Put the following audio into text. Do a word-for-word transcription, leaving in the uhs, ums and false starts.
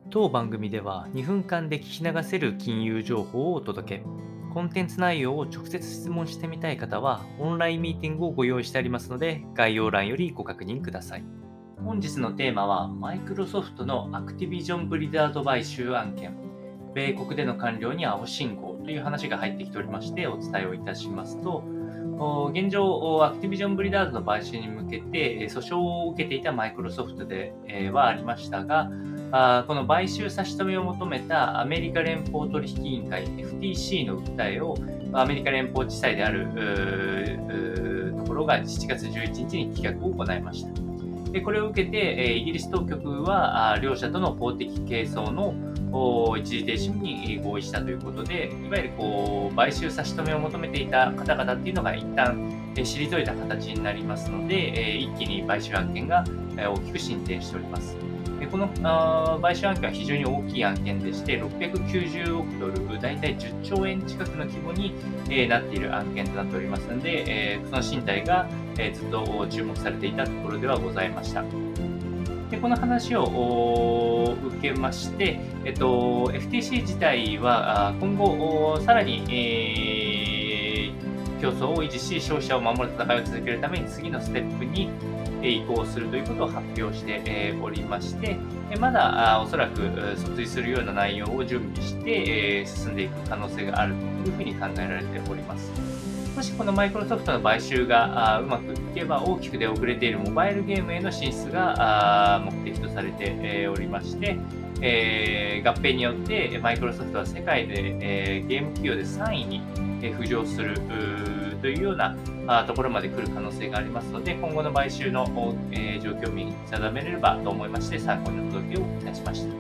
当番組ではにふんかんで聞き流せる金融情報をお届け。コンテンツ内容を直接質問してみたい方は、オンラインミーティングをご用意してありますので、概要欄よりご確認ください。本日のテーマは、マイクロソフトのアクティビジョン・ブリザード買収案件、米国での官僚に青信号という話が入ってきておりまして、お伝えをいたしますと、現状、アクティビジョン・ブリザードの買収に向けて訴訟を受けていたマイクロソフトではありましたが、この買収差し止めを求めたアメリカ連邦取引委員会 エフティーシー の訴えをアメリカ連邦地裁であるところがしちがつじゅういちにちに棄却を行いました。でこれを受けてイギリス当局は両者との法的係争の一時停止に合意したということで、いわゆるこう買収差し止めを求めていた方々っていうのが一旦退いた形になりますので、一気に買収案件が大きく進展しております。この買収案件は非常に大きい案件でして、ろっぴゃくきゅうじゅうおくドル、だいたいじゅっちょうえん近くの規模になっている案件となっておりますので、その進展がずっと注目されていたところではございました。でこの話を受けまして、えっと、エフティーシー 自体は今後さらに、えー、競争を維持し消費者を守る戦いを続けるために次のステップに移行するということを発表しておりまして、まだおそらく訴追するような内容を準備して進んでいく可能性があるというふうに考えられております。もしこのマイクロソフトの買収がうまくいけば、大きく出遅れているモバイルゲームへの進出が目的とされておりまして、えー、合併によってマイクロソフトは世界で、えー、ゲーム企業でさんいに浮上するというようなところまで来る可能性がありますので、今後の買収の、えー、状況を見定めれればと思いまして参考にお届けをいたしました。